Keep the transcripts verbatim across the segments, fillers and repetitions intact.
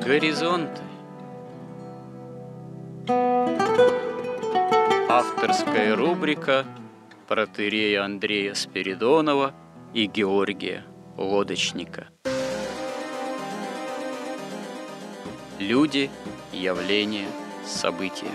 Горизонты. Авторская рубрика протоиерея Андрея Спиридонова и Георгия Лодочника. Люди, явления, события.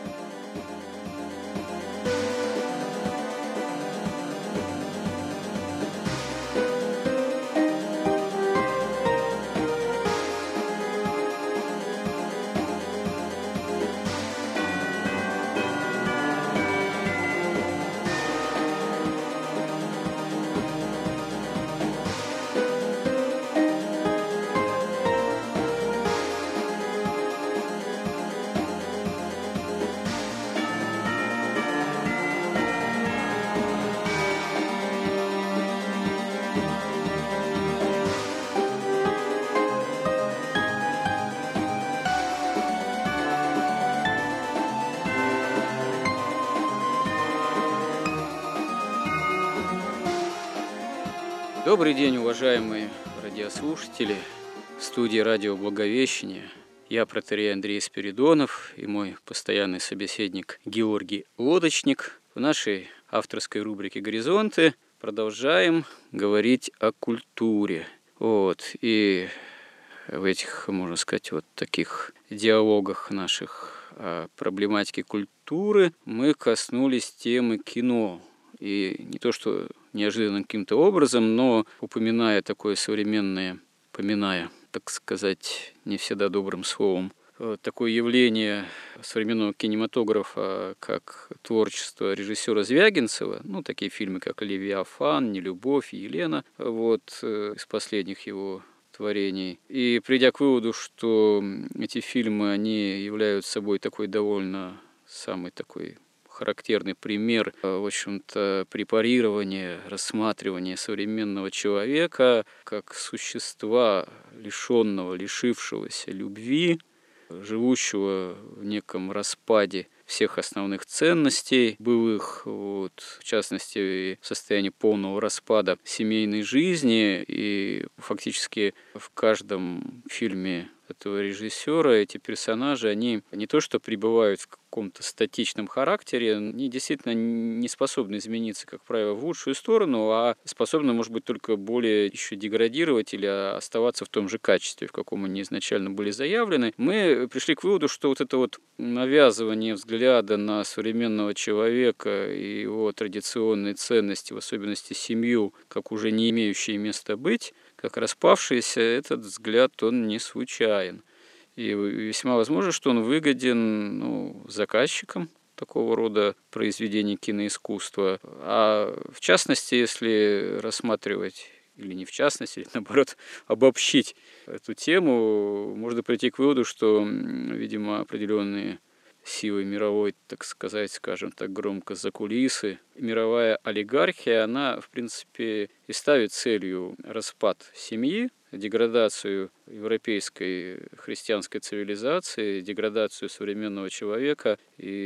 Добрый день, уважаемые радиослушатели. В студии радио Благовещение. Я протоиерей Андрей Спиридонов и мой постоянный собеседник Георгий Лодочник. В нашей авторской рубрике «Горизонты» продолжаем говорить о культуре. Вот. И в этих, можно сказать, вот таких диалогах наших о проблематике культуры мы коснулись темы кино. И не то, что неожиданным каким-то образом, но упоминая такое современное, поминая, так сказать, не всегда добрым словом, такое явление современного кинематографа, как творчество режиссера Звягинцева, ну, такие фильмы, как «Левиафан», «Нелюбовь», «Елена», вот, из последних его творений. И придя к выводу, что эти фильмы, они являются собой такой довольно самый такой характерный пример, в общем-то, препарирования, рассматривания современного человека как существа, лишенного, лишившегося любви, живущего в неком распаде всех основных ценностей былых, вот, в частности, в состоянии полного распада семейной жизни. И фактически в каждом фильме этого режиссера эти персонажи, они не то что пребывают в каком-то статичном характере, они действительно не способны измениться, как правило, в лучшую сторону, а способны, может быть, только более еще деградировать или оставаться в том же качестве, в каком они изначально были заявлены. Мы пришли к выводу, что вот это вот навязывание взгляда на современного человека и его традиционные ценности, в особенности семью, как уже не имеющие места быть, как распавшийся, этот взгляд, он не случайен. И весьма возможно, что он выгоден, ну, заказчикам такого рода произведений киноискусства. А в частности, если рассматривать, или не в частности, или наоборот, обобщить эту тему, можно прийти к выводу, что, видимо, определенные силы мировой, так сказать, скажем так громко, закулисы, мировая олигархия, она, в принципе, и ставит целью распад семьи, деградацию европейской христианской цивилизации, деградацию современного человека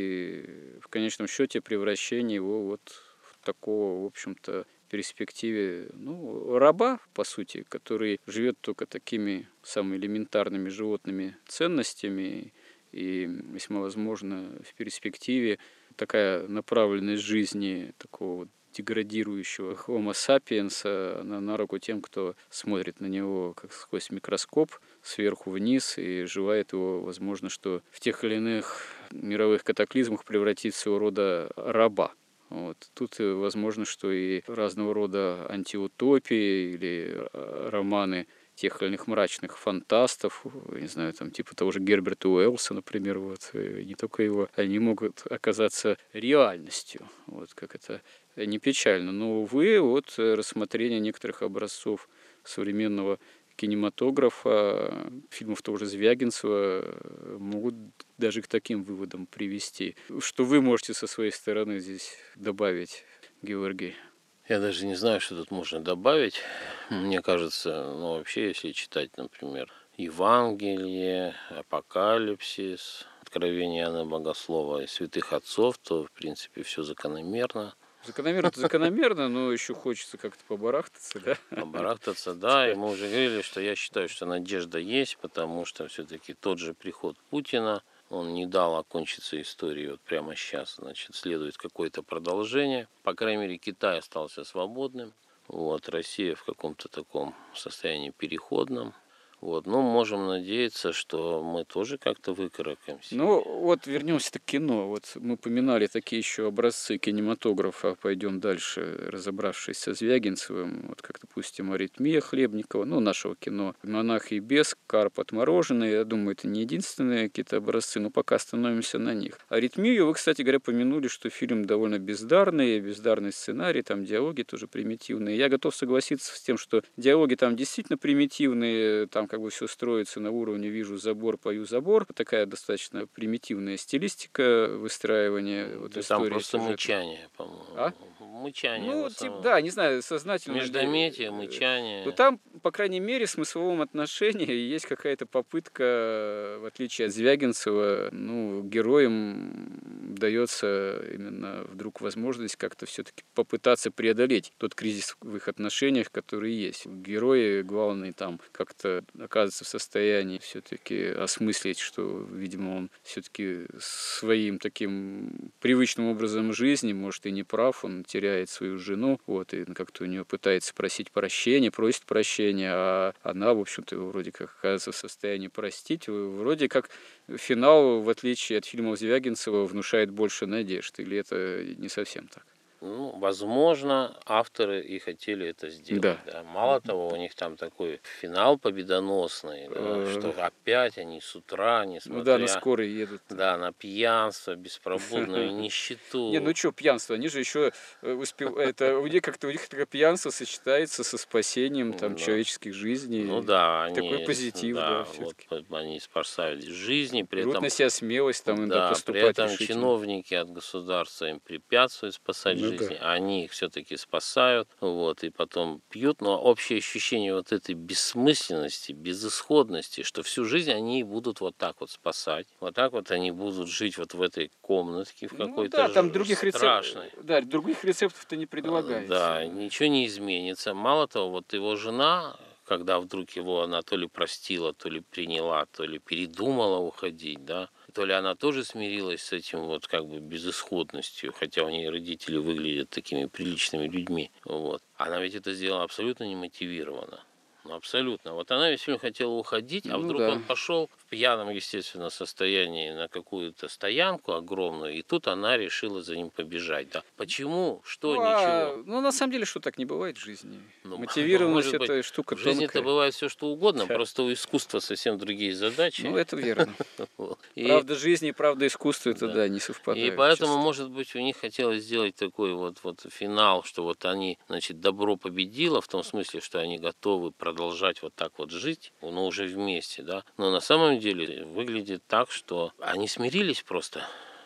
и, в конечном счете, превращение его вот в такого, в общем-то, перспективе, ну, раба, по сути, который живет только такими самыми элементарными животными ценностями. И весьма возможно в перспективе такая направленность жизни такого вот деградирующего Homo sapiens, она на руку тем, кто смотрит на него как сквозь микроскоп сверху вниз и желает его, возможно, что в тех или иных мировых катаклизмах превратить в своего рода раба. Вот. Тут возможно, что и разного рода антиутопии или романы тех или иных мрачных фантастов, не знаю, там, типа того же Герберта Уэллса, например, вот, не только его, они могут оказаться реальностью, вот, как это не печально. Но, увы, вот, рассмотрение некоторых образцов современного кинематографа, фильмов того же Звягинцева, могут даже к таким выводам привести. Что вы можете со своей стороны здесь добавить, Георгий? Я даже не знаю, что тут можно добавить. Мне кажется, ну вообще, если читать, например, Евангелие, Апокалипсис, Откровение Иоанна Богослова и святых отцов, то, в принципе, все закономерно. Закономерно, закономерно, но еще хочется как-то побарахтаться, да? Побарахтаться, да. И мы уже говорили, что я считаю, что надежда есть, потому что все-таки тот же приход Путина, он не дал окончиться истории вот прямо сейчас. Значит, следует какое-то продолжение. По крайней мере, Китай остался свободным. Вот, Россия в каком-то таком состоянии переходном. Вот, ну, можем надеяться, что мы тоже как-то выкарабкаемся. Ну, вот вернемся к кино. Вот мы упоминали такие еще образцы кинематографа. Пойдем дальше, разобравшись со Звягинцевым. Вот как, допустим, «Аритмия» Хлебникова, ну, нашего кино. «Монах и бес», «Карп отмороженный». Я думаю, это не единственные какие-то образцы, но пока остановимся на них. «Аритмию» вы, кстати говоря, помянули, что фильм довольно бездарный, бездарный сценарий, там диалоги тоже примитивные. Я готов согласиться с тем, что диалоги там действительно примитивные, там как бы все строится на уровне «вижу забор, пою забор». Такая достаточно примитивная стилистика выстраивания вот Да, истории. там просто сюжета. Мычание, по-моему. А? Мычание. Ну, типа, да, не знаю, сознательно. Междометие, мычание. Ну, там, по крайней мере, в смысловом отношении есть какая-то попытка, в отличие от Звягинцева, ну, героям дается именно вдруг возможность как-то все-таки попытаться преодолеть тот кризис в их отношениях, который есть. Герои, главный, там как-то оказывается в состоянии все-таки осмыслить, что, видимо, он все-таки своим таким привычным образом жизни, может, и не прав, он теряет свою жену, вот, и как-то у нее пытается просить прощения, просит прощения, а она, в общем-то, вроде как оказывается в состоянии простить. Вроде как финал, в отличие от фильмов Звягинцева, внушает больше надежд, или это не совсем так? Ну, возможно, авторы и хотели это сделать. Да. Да. Мало того, у них там такой финал победоносный, да, что опять они с утра, несмотря Ну да, на скорой едут. да, на пьянство, беспробудную нищету. Не, ну что, пьянство, они же еще успевают, это у них как-то у них такое пьянство сочетается со спасением там Ну, человеческих жизней. Ну да, они, Такой позитив, да, вот, всё-таки. они спасают жизни, при Берут этом, на себя смелость там иногда да, при поступать этом решительно. чиновники от государства им препятствуют спасать Ну жизни, да. а они их все-таки спасают, вот, и потом пьют, но общее ощущение вот этой бессмысленности, безысходности, что всю жизнь они будут вот так вот спасать, вот так вот они будут жить вот в этой комнатке, в Ну какой-то да, там ж- других страшной. рецептов, да, других рецептов-то не предлагается. Да, ничего не изменится. Мало того, вот его жена, когда вдруг его она то ли простила, то ли приняла, то ли передумала уходить, да, то ли она тоже смирилась с этим вот как бы безысходностью, хотя у нее родители выглядят такими приличными людьми, вот. Она ведь это сделала абсолютно немотивированно. Ну, абсолютно. Вот она весь время хотела уходить, а Ну вдруг да. он пошел в пьяном, естественно, состоянии на какую-то стоянку огромную, и тут она решила за ним побежать. Да. Почему? Что? Ну, Ничего. а, ну, на самом деле, что так не бывает в жизни. Ну, Мотивированность может быть, это штука в жизни-то тонкая. бывает все что угодно, Да. просто у искусства совсем другие задачи. Ну, это верно. Вот. И- Правда жизни и правда искусства, это Да. да, не совпадают. И поэтому, часто. может быть, у них хотелось сделать такой вот, вот финал, что вот они, значит, добро победило, в том смысле, что они готовы продолжать вот так вот жить, но уже вместе, да. Но на самом деле выглядит так, что они смирились просто,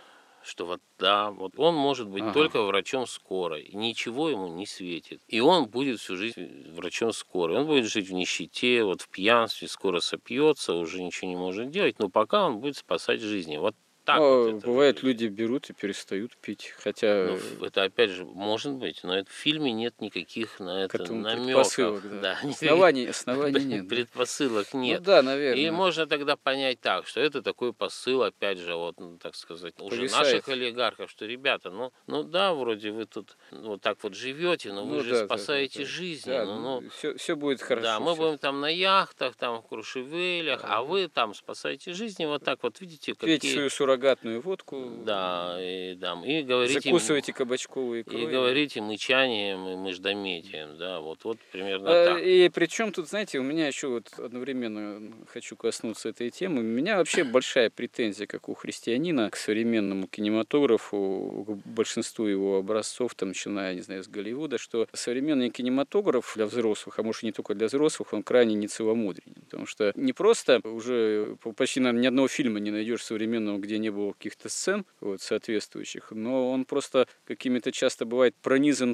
что вот да, вот он может быть Ага. только врачом скорой, и ничего ему не светит. И он будет всю жизнь врачом скорой. Он будет жить в нищете, вот в пьянстве, скоро сопьется, уже ничего не может делать, но пока он будет спасать жизни. Вот так Ну, вот это бывает, выглядит. люди берут и перестают пить, хотя Ну, это опять же может быть, но это в фильме нет никаких на к это этому намеков. предпосылок, да. никаких Оснований, оснований нет. да. предпосылок Ну нет. да, И наверное. можно тогда понять так, что это такой посыл, опять же, вот, ну, так сказать, уже Повисает. наших олигархов, что, ребята, ну, ну да, вроде вы тут вот так вот живете, но вы Ну же да, да, да, спасаете да. жизни. Да, ну, ну, все, все будет хорошо. да, мы всё. будем там на яхтах, там в Крушевелях, а вы там спасаете жизни, вот так вот, видите, Пейте какие... свою суррогатную водку, Да, и, да, и говорите... им- закусывайте кабачковой И икрой. говорите мычанием и междометием, да, вот, вот примерно А, так. И причем тут, знаете, у меня еще вот одновременно хочу коснуться этой темы. У меня вообще большая претензия, как у христианина, к современному кинематографу, к большинству его образцов, там, начиная, не знаю, с Голливуда, что современный кинематограф для взрослых, а может и не только для взрослых, он крайне нецеломудренен. Потому что не просто уже почти, наверное, ни одного фильма не найдешь современного, где не было каких-то сцен вот, соответствующих, но он просто какими-то часто бывает пронизан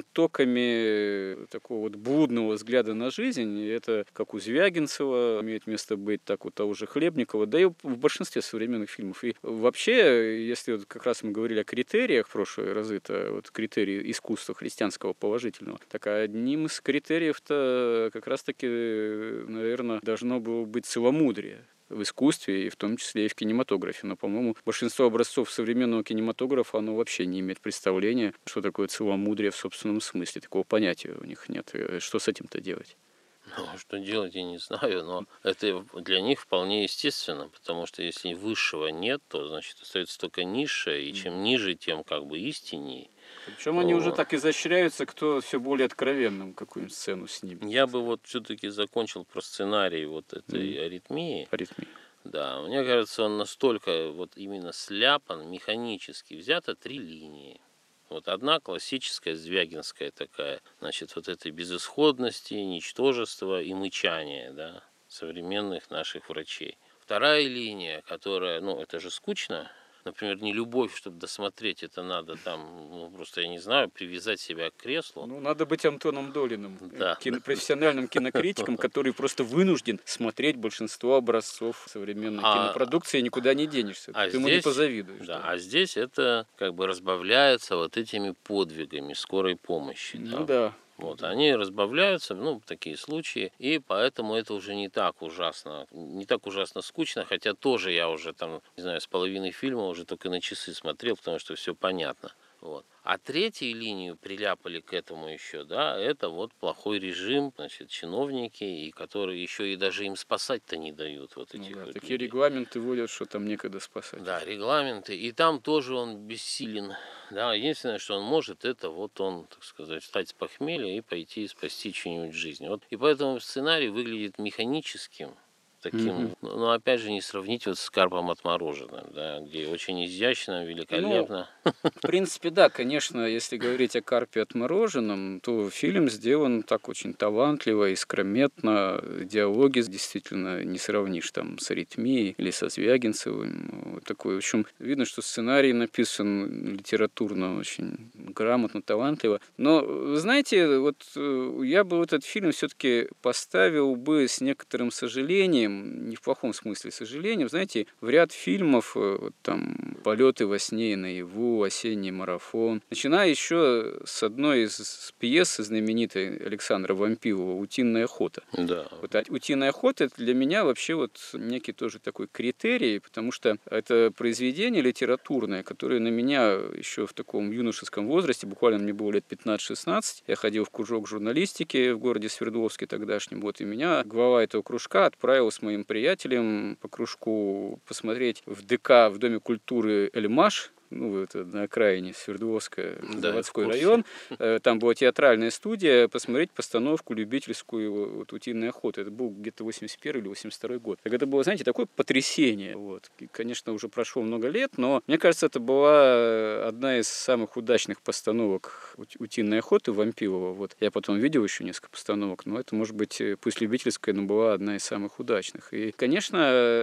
токами такого вот блудного взгляда на жизнь. И это как у Звягинцева имеет место быть, так у того же Хлебникова, да и в большинстве современных фильмов. И вообще, если вот как раз мы говорили о критериях в прошлые разы, это вот критерии искусства христианского положительного, так одним из критериев-то как раз-таки, наверное, должно было быть целомудрие в искусстве, и в том числе и в кинематографе. Но, по-моему, большинство образцов современного кинематографа, оно вообще не имеет представления, что такое целомудрие в собственном смысле. Такого понятия у них нет. Что с этим-то делать? Ну, что делать, я не знаю, но это для них вполне естественно, потому что если высшего нет, то, значит, остается только низшее, и чем ниже, тем как бы истинней. Причем они уже так изощряются, кто все более откровенным какую-нибудь сцену снимет. Я бы вот все-таки закончил про сценарий вот этой mm. аритмии. Аритмии. Да, мне кажется, он настолько вот именно сляпан, механически. Взято три линии. Вот одна классическая звягинская такая, значит, вот этой безысходности, ничтожества и мычания, да, современных наших врачей. Вторая линия, которая, ну, это же скучно. Например, не любовь, чтобы досмотреть, это надо там, ну, просто, я не знаю, привязать себя к креслу. Ну, надо быть Антоном Долиным, да. кино, профессиональным кинокритиком, который просто вынужден смотреть большинство образцов современной а, кинопродукции, и никуда не денешься. А Ты здесь, ему не позавидуешь. Да, да. А здесь это как бы разбавляется вот этими подвигами скорой помощи. Ну да. да. Вот, они разбавляются, ну, такие случаи, и поэтому это уже не так ужасно, не так ужасно скучно, хотя тоже я уже там, не знаю, с половиной фильма уже только на часы смотрел, потому что все понятно. Вот. А третью линию приляпали к этому еще, да, это вот плохой режим, значит, чиновники, и которые еще и даже им спасать-то не дают вот этих ну, да, вот такие людей. Регламенты вводят, что там некогда спасать. Да, регламенты, и там тоже он бессилен. Да, единственное, что он может, это вот он, так сказать, встать с похмелья и пойти спасти чью-нибудь жизнь. Вот. И поэтому сценарий выглядит механическим, таким, mm-hmm. но опять же не сравнить вот с «Карпом отмороженным», да, где очень изящно, великолепно. Ну, в принципе, да, конечно, если говорить о «Карпе отмороженном», то фильм сделан так очень талантливо, искрометно, диалоги действительно не сравнишь там с «Аритмией» или со Звягинцевым. Вот такой, в общем, видно, что сценарий написан литературно очень грамотно, талантливо. Но, вы знаете, вот я бы этот фильм все-таки поставил бы с некоторым сожалением, не в плохом смысле сожалением, знаете, в ряд фильмов, вот, там, «Полеты во сне и наяву», «Осенний марафон», начиная еще с одной из пьес знаменитой Александра Вампилова «Утиная охота». Да. Вот, а «Утиная охота» это для меня вообще вот некий тоже такой критерий, потому что это произведение литературное, которое на меня еще в таком юношеском возрасте, буквально мне было лет пятнадцать-шестнадцать, я ходил в кружок журналистики в городе Свердловске тогдашнем, вот, и меня глава этого кружка отправил с моим приятелем по кружку посмотреть в ДК в Доме культуры «Эльмаш», ну, это на окраине Свердловска, да, заводской район. Там была театральная студия, посмотреть постановку любительскую вот, «Утиной охоты». Это был где-то восемьдесят первый или восемьдесят второй год. Так это было, знаете, такое потрясение. Вот. И, конечно, уже прошло много лет, но мне кажется, это была одна из самых удачных постановок «Утиной охоты» Вампилова. Вот. Я потом видел еще несколько постановок, но это, может быть, пусть любительская, но была одна из самых удачных. И, конечно,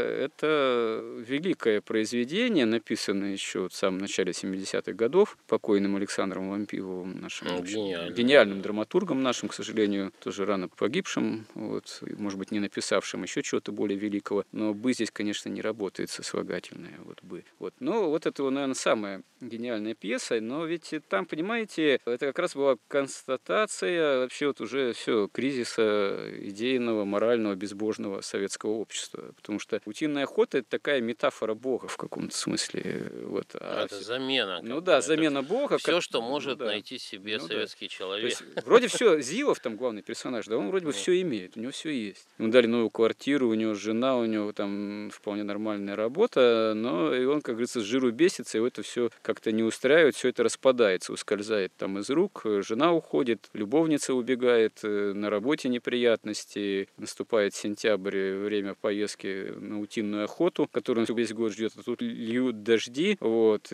это великое произведение, написанное еще в самом начале семидесятых годов покойным Александром Вампиловым, нашим ну, общем, гениальным, гениальным драматургом нашим, к сожалению, тоже рано погибшим, вот, может быть, не написавшим еще чего-то более великого, но «бы» здесь, конечно, не работает сослагательное, вот «бы». Вот. Но вот это, наверное, самая гениальная пьеса, но ведь там, понимаете, это как раз была констатация вообще вот уже все кризиса идейного, морального, безбожного советского общества, потому что «Утиная охота» — это такая метафора Бога в каком-то смысле, вот. А это замена. Ну да, замена Бога. Все, как... что может ну, да. найти себе ну, советский да. человек. То есть, вроде все, Зилов там главный персонаж, да, он вроде бы mm. все имеет, у него все есть. Ему дали новую квартиру, у него жена, у него там вполне нормальная работа, но и он, как говорится, с жиру бесится, и это все как-то не устраивает, все это распадается, ускользает там из рук, жена уходит, любовница убегает, на работе неприятности, наступает сентябрь, время поездки на утиную охоту, которую он весь год ждет, а тут льют дожди, вот,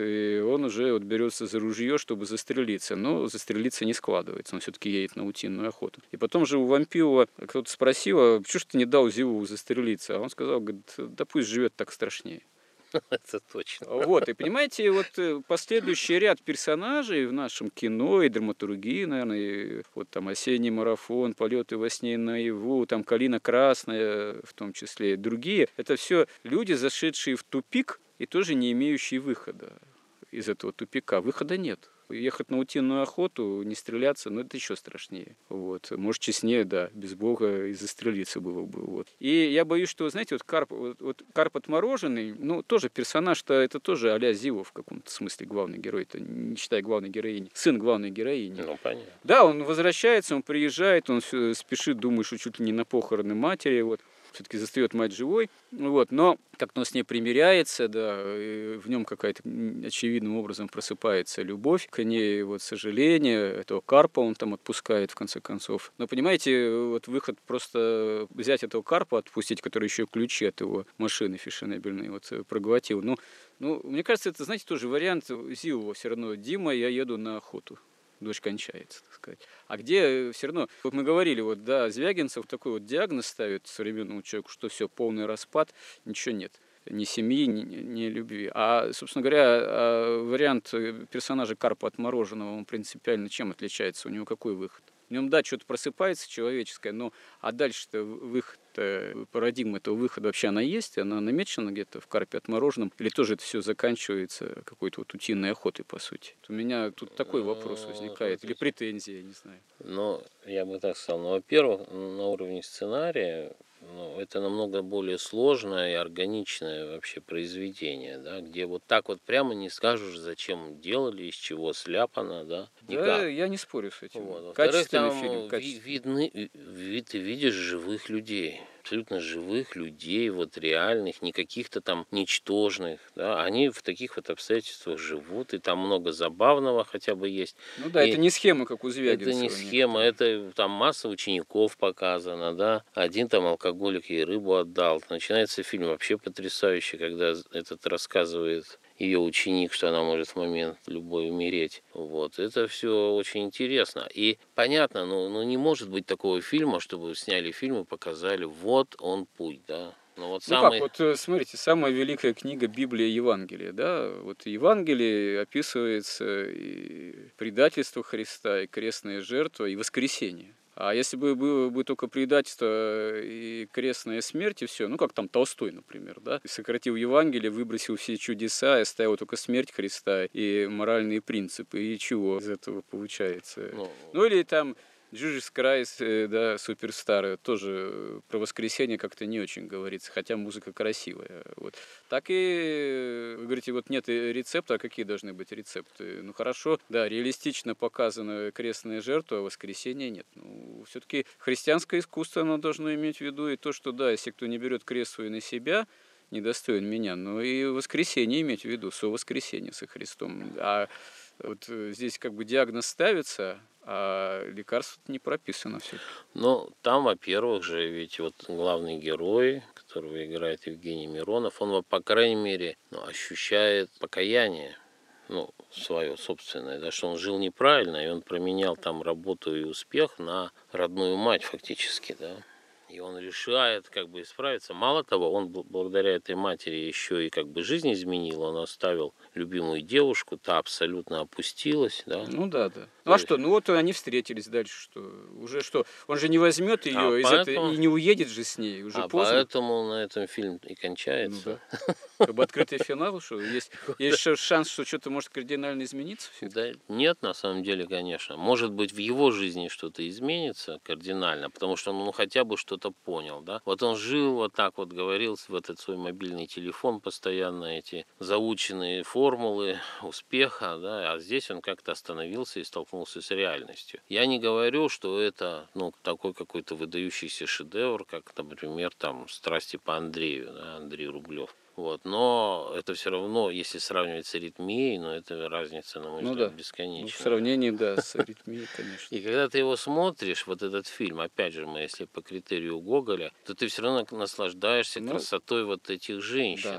и он уже вот берется за ружье, чтобы застрелиться, но застрелиться не складывается, он все-таки едет на утиную охоту. И потом же у Вампилова кто-то спросил, а почему ж ты не дал Зилову застрелиться? А он сказал, говорит, да пусть живет так страшнее. Это точно. Вот, и понимаете, вот последующий ряд персонажей в нашем кино и драматургии, наверное, и вот там «Осенний марафон», «Полеты во сне наяву», там «Калина красная», в том числе и другие, это все люди, зашедшие в тупик и тоже не имеющие выхода из этого тупика. Выхода нет. Ехать на утиную охоту, не стреляться, ну это еще страшнее. Вот. Может, честнее, да, без Бога и застрелиться было бы. Вот. И я боюсь, что, знаете, вот карп, вот, вот карп отмороженный, ну, тоже персонаж-то, это тоже а-ля Зилов в каком-то смысле главный герой, это не считая главной героини, сын главной героини. Ну, понятно. Да, он возвращается, он приезжает, он спешит, думает, что чуть ли не на похороны матери, вот. Все-таки застает мать живой, вот, но как-то он с ней примиряется, да, в нем какая-то очевидным образом просыпается любовь к ней, вот сожаление, этого карпа он там отпускает в конце концов. Но понимаете, вот выход просто взять этого карпа, отпустить, который еще ключи от его машины фешенебельной вот проглотил. Ну, ну, мне кажется, это, знаете, тоже вариант Зилова все равно. Дима, я еду на охоту. Дочь кончается, так сказать. А где все равно, вот мы говорили, вот, да, Звягинцев такой вот диагноз ставит современному человеку, что все, полный распад, ничего нет. Ни семьи, ни, ни любви. А, собственно говоря, вариант персонажа Карпа Отмороженного, он принципиально чем отличается? У него какой выход? В нем, да, что-то просыпается человеческое, но а дальше-то выход, парадигма этого выхода вообще она есть? Она намечена где-то в Карпе Отмороженном? Или тоже это все заканчивается какой-то вот утиной охотой, по сути? У меня тут такой вопрос возникает. Или претензия, я не знаю. Ну, я бы так сказал. Ну, во-первых, на уровне сценария, ну, это намного более сложное и органичное вообще произведение, да, где вот так вот прямо не скажешь, зачем делали, из чего сляпано, да. Никак. Да, я не спорю с этим. Вот. Качественный там фильм. Ви- видны, ви- ты видишь живых людей, абсолютно живых людей, вот реальных, не каких-то там ничтожных, да, они в таких вот обстоятельствах живут, и там много забавного хотя бы есть. Ну да, и это не схема, как у Звягинцева. Это не схема, это там масса учеников показана, да, один там алкоголик ей рыбу отдал. Начинается фильм вообще потрясающий, когда этот рассказывает ее ученик, что она может в момент любой умереть. Вот. Это все очень интересно. И понятно, ну, ну не может быть такого фильма, чтобы сняли фильм и показали, вот он путь, да. Ну, вот ну самый... как, вот смотрите, самая великая книга Библия Евангелие, да, вот в Евангелии описывается и предательство Христа, и крестная жертва, и воскресение. А если бы было бы только предательство и крестная смерть, и все, ну как там Толстой, например, да, сократил Евангелие, выбросил все чудеса и оставил только смерть Христа и моральные принципы, и чего из этого получается? Ну, ну или там Джиджис Крайс, да, суперстар, тоже про воскресенье как-то не очень говорится, хотя музыка красивая. Вот. Так и, вы говорите, вот нет рецепта, а какие должны быть рецепты? Ну хорошо, да, реалистично показана крестная жертва, а воскресенья нет. Ну, все-таки христианское искусство, оно должно иметь в виду и то, что, да, если кто не берет крест свой на себя, недостоин меня, но и воскресенье иметь в виду, совоскресенье со Христом. А вот здесь как бы диагноз ставится, а лекарство не прописано все. Ну, там, во-первых же, ведь вот главный герой, которого играет Евгений Миронов, он, по крайней мере, ну, ощущает покаяние, ну, свое собственное, да, что он жил неправильно, и он променял там работу и успех на родную мать фактически, да. И он решает как бы исправиться. Мало того, он благодаря этой матери еще и как бы жизнь изменил. Он оставил любимую девушку, та абсолютно опустилась. Да? Ну да, да. Ну а что, ну вот они встретились дальше, что уже что, он же не возьмет ее а из поэтому... этого и не уедет же с ней, уже а поздно. поэтому на этом фильм и кончается. Ну, да. Как бы открытый финал, что есть, есть шанс, что что-то может кардинально измениться? Да, нет, на самом деле, конечно. Может быть, в его жизни что-то изменится кардинально, потому что он ну, хотя бы что-то понял. Да? Вот он жил вот так вот, говорил в этот свой мобильный телефон постоянно, эти заученные формулы успеха, да? А здесь он как-то остановился и столкнулся с реальностью. Я не говорю, что это ну, такой какой-то выдающийся шедевр, как, например, там «Страсти по Андрею», да? Андрей Рублев. Вот, но это все равно, если сравнивать с «Аритмией», но это разница, на мой ну, взгляд, да. бесконечная. Ну, в сравнении, да, с «Аритмией», конечно. И когда ты его смотришь, вот этот фильм, опять же, мы, если по критерию Гоголя, то ты все равно наслаждаешься ну, красотой вот этих женщин. Да.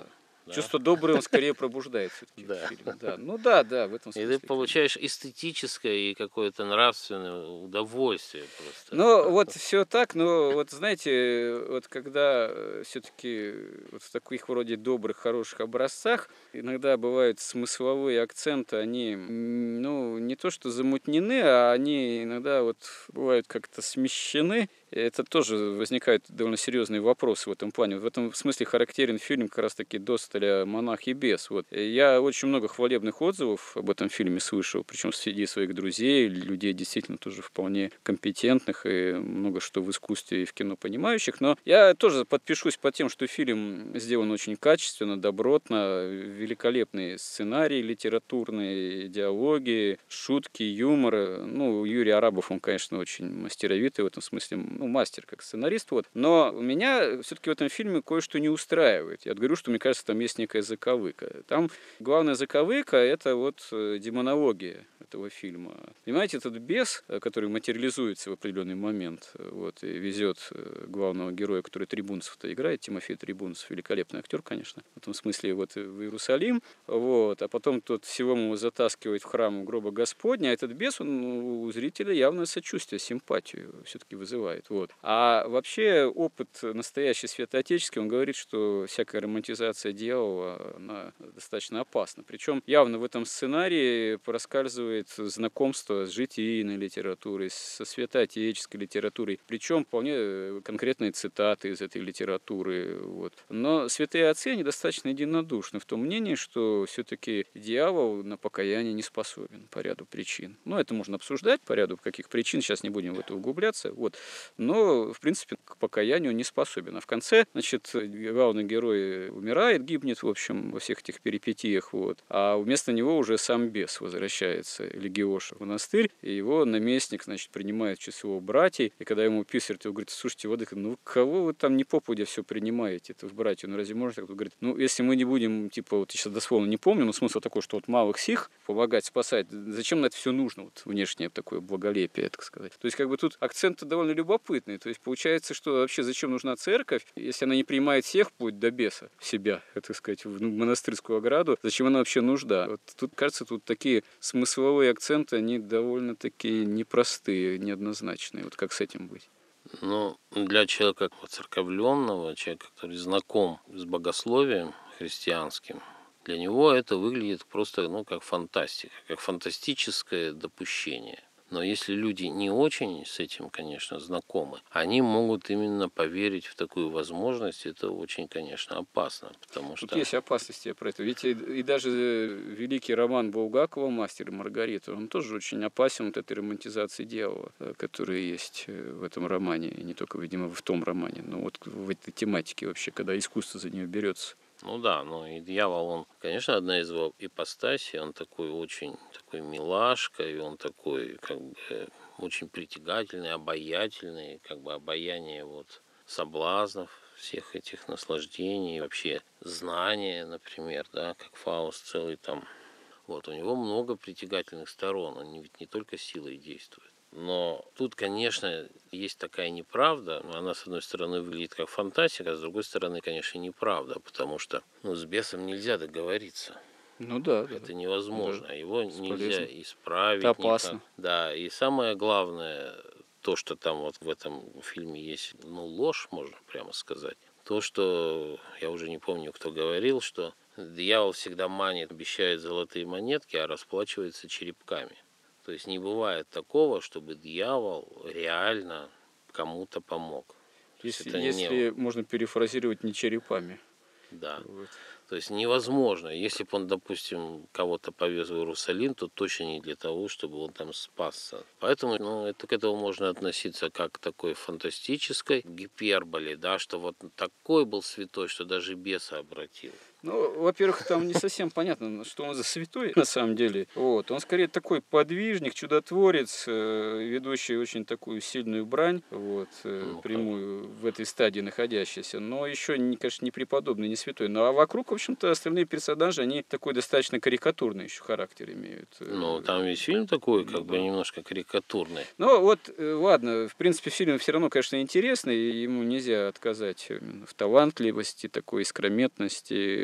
Да? Чувство доброе он скорее пробуждает все-таки в фильме. Да. Ну да, да, в этом И смысле. ты получаешь эстетическое и какое-то нравственное удовольствие просто. Ну, вот все так, но вот знаете, вот когда все-таки вот в таких вроде добрых, хороших образцах иногда бывают смысловые акценты, они, м, ну, не то что замутнены, а они иногда вот бывают как-то смещены. И это тоже возникают довольно серьезные вопросы в этом плане. В этом смысле характерен фильм как раз-таки Досталя «Монах и бес». Вот. Я очень много хвалебных отзывов об этом фильме слышал, причем среди своих друзей, людей действительно тоже вполне компетентных и много что в искусстве и в кино понимающих. Но я тоже подпишусь под тем, что фильм сделан очень качественно, добротно, великолепный сценарий литературный, диалоги, шутки, юмор. Ну, Юрий Арабов, он, конечно, очень мастеровитый в этом смысле, ну, мастер как сценарист, вот. Но меня все-таки в этом фильме кое-что не устраивает. Я говорю, что мне кажется, там есть некая заковыка. Там главная заковыка — это вот демонология этого фильма. Понимаете, этот бес, который материализуется в определенный момент, вот, и везет главного героя, который Трибунцев-то играет, Тимофей Трибунцев, великолепный актер, конечно, в этом смысле, вот, в Иерусалим, вот, а потом тот всего ему затаскивает в храм гроба Господня, а этот бес, он у зрителя явное сочувствие, симпатию все-таки вызывает. Вот. А вообще опыт настоящий святоотеческий, он говорит, что всякая романтизация дьявола, она достаточно опасна. Причем явно в этом сценарии проскальзывает знакомство с житийной литературой, со святоотеческой литературой, причем вполне конкретные цитаты из этой литературы. Вот. Но святые отцы, они достаточно единодушны в том мнении, что все-таки дьявол на покаяние не способен по ряду причин. Ну, это можно обсуждать по ряду каких причин, сейчас не будем в это углубляться. Вот. Но, в принципе, к покаянию не способен. А в конце, значит, главный герой умирает, гибнет, в общем, во всех этих перипетиях. Вот. А вместо него уже сам бес возвращается, Легиоша, в монастырь, и его наместник, значит, принимает в число братьев. И когда ему писарь, он говорит: слушайте, вот, ну кого вы там не попадя все принимаете, это в братья? Ну разве можно так? Он говорит: ну если мы не будем, типа, вот я сейчас дословно не помню, но смысл такой, что вот малых сих помогать, спасать, зачем на это все нужно? Вот внешнее такое благолепие, так сказать. То есть как бы тут акценты довольно любопытные. То есть получается, что вообще зачем нужна церковь, если она не принимает всех вплоть до беса в себя, так сказать, в монастырскую ограду, зачем она вообще нужна? Вот тут, кажется, тут такие смысловые акценты, они довольно-таки непростые, неоднозначные. Вот как с этим быть? Ну, для человека воцерковленного, человека, который знаком с богословием христианским, для него это выглядит просто, ну, как фантастика, как фантастическое допущение. Но если люди не очень с этим, конечно, знакомы, они могут именно поверить в такую возможность. Это очень, конечно, опасно, потому что... Тут есть опасности про это. Ведь и, и даже великий роман Булгакова «Мастер и Маргарита», он тоже очень опасен от этой романтизации дьявола, которая есть в этом романе, и не только, видимо, в том романе, но вот в этой тематике вообще, когда искусство за нее берется. Ну да, ну и дьявол, он, конечно, одна из его ипостасей, он такой очень такой милашка, и он такой, как бы, очень притягательный, обаятельный, как бы обаяние вот соблазнов, всех этих наслаждений, вообще знания, например, да, как Фауст целый там. Вот, у него много притягательных сторон, он ведь не только силой действует. Но тут, конечно, есть такая неправда. Она, с одной стороны, выглядит как фантастика, а с другой стороны, конечно, неправда, потому что, ну, с бесом нельзя договориться. Ну да, это да, невозможно. да. Его Бесполезно. Нельзя исправить. Это опасно. Никак. Да, и самое главное, то, что там вот в этом фильме есть, ну, ложь, можно прямо сказать. То, что, я уже не помню, кто говорил, что дьявол всегда манит, обещает золотые монетки, а расплачивается черепками. То есть не бывает такого, чтобы дьявол реально кому-то помог. Если, если не... можно перефразировать, не черепами. Да. Вот. То есть невозможно. Если бы он, допустим, кого-то повез в Иерусалим, то точно не для того, чтобы он там спасся. Поэтому, ну, это, к этому можно относиться как к такой фантастической гиперболе, да, что вот такой был святой, что даже беса обратил. Ну, во-первых, там не совсем понятно, что он за святой на самом деле. Вот. Он скорее такой подвижник, чудотворец, ведущий очень такую сильную брань, вот, ну, прямую в этой стадии находящийся. Но еще, конечно, не преподобный, не святой. Ну, а вокруг, в общем-то, остальные персонажи, они такой достаточно карикатурный еще характер имеют. Ну, там весь фильм такой, как ну, бы, да. немножко карикатурный. Ну, вот, ладно, в принципе, фильм все равно, конечно, интересный, ему нельзя отказать в талантливости, такой искрометности,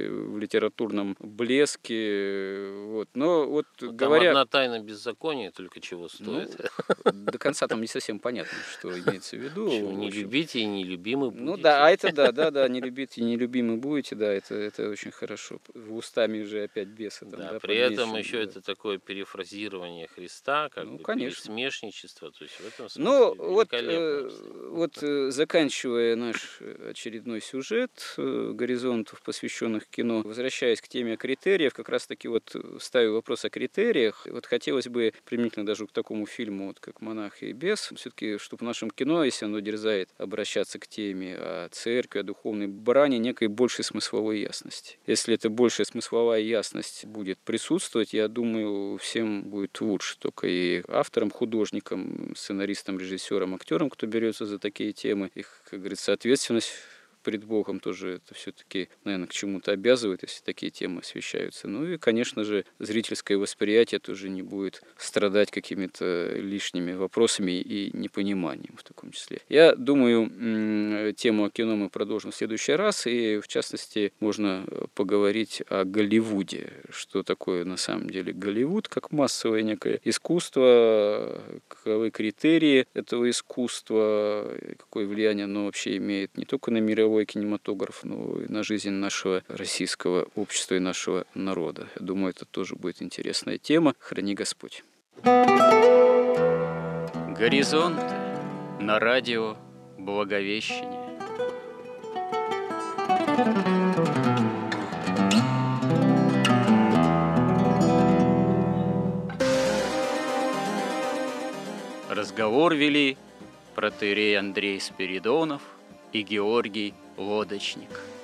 в литературном блеске. Вот. Но вот Ну, говоря... Там одна тайна беззакония только чего стоит. Ну, до конца там не совсем понятно, что имеется в виду. Почему? В Не общем. любите и нелюбимы будете. Ну да, а это да, да, да, не любите и нелюбимы будете, да, это, это очень хорошо. В устами же опять беса. Там, Да, да, при этом подмечено, еще да. это такое перефразирование Христа, как Ну, бы конечно. пересмешничество. То есть в этом смысле Ну, вот, великолепно. э, вот э, заканчивая наш очередной сюжет э, горизонтов, посвященных кино, возвращаясь к теме критериев, как раз-таки вот ставлю вопрос о критериях. Вот хотелось бы, применительно даже к такому фильму, вот, как «Монах и бес», все-таки, чтобы в нашем кино, если оно дерзает обращаться к теме о церкви, о духовной брани, некой большей смысловой ясности. Если эта большая смысловая ясность будет присутствовать, я думаю, всем будет лучше. Только и авторам, художникам, сценаристам, режиссерам, актерам, кто берется за такие темы, их, как говорится, ответственность пред Богом тоже это все-таки, наверное, к чему-то обязывает, если такие темы освещаются. Ну и, конечно же, зрительское восприятие тоже не будет страдать какими-то лишними вопросами и непониманием в таком числе. Я думаю, тему о кино мы продолжим в следующий раз, и, в частности, можно поговорить о Голливуде. Что такое на самом деле Голливуд, как массовое некое искусство, каковы критерии этого искусства, какое влияние оно вообще имеет не только на мировой кинематограф, но и на жизнь нашего российского общества и нашего народа. Я думаю, это тоже будет интересная тема. Храни Господь. Горизонт на радио Благовещение. Разговор вели протоиерей Андрей Спиридонов и Георгий Лодочник.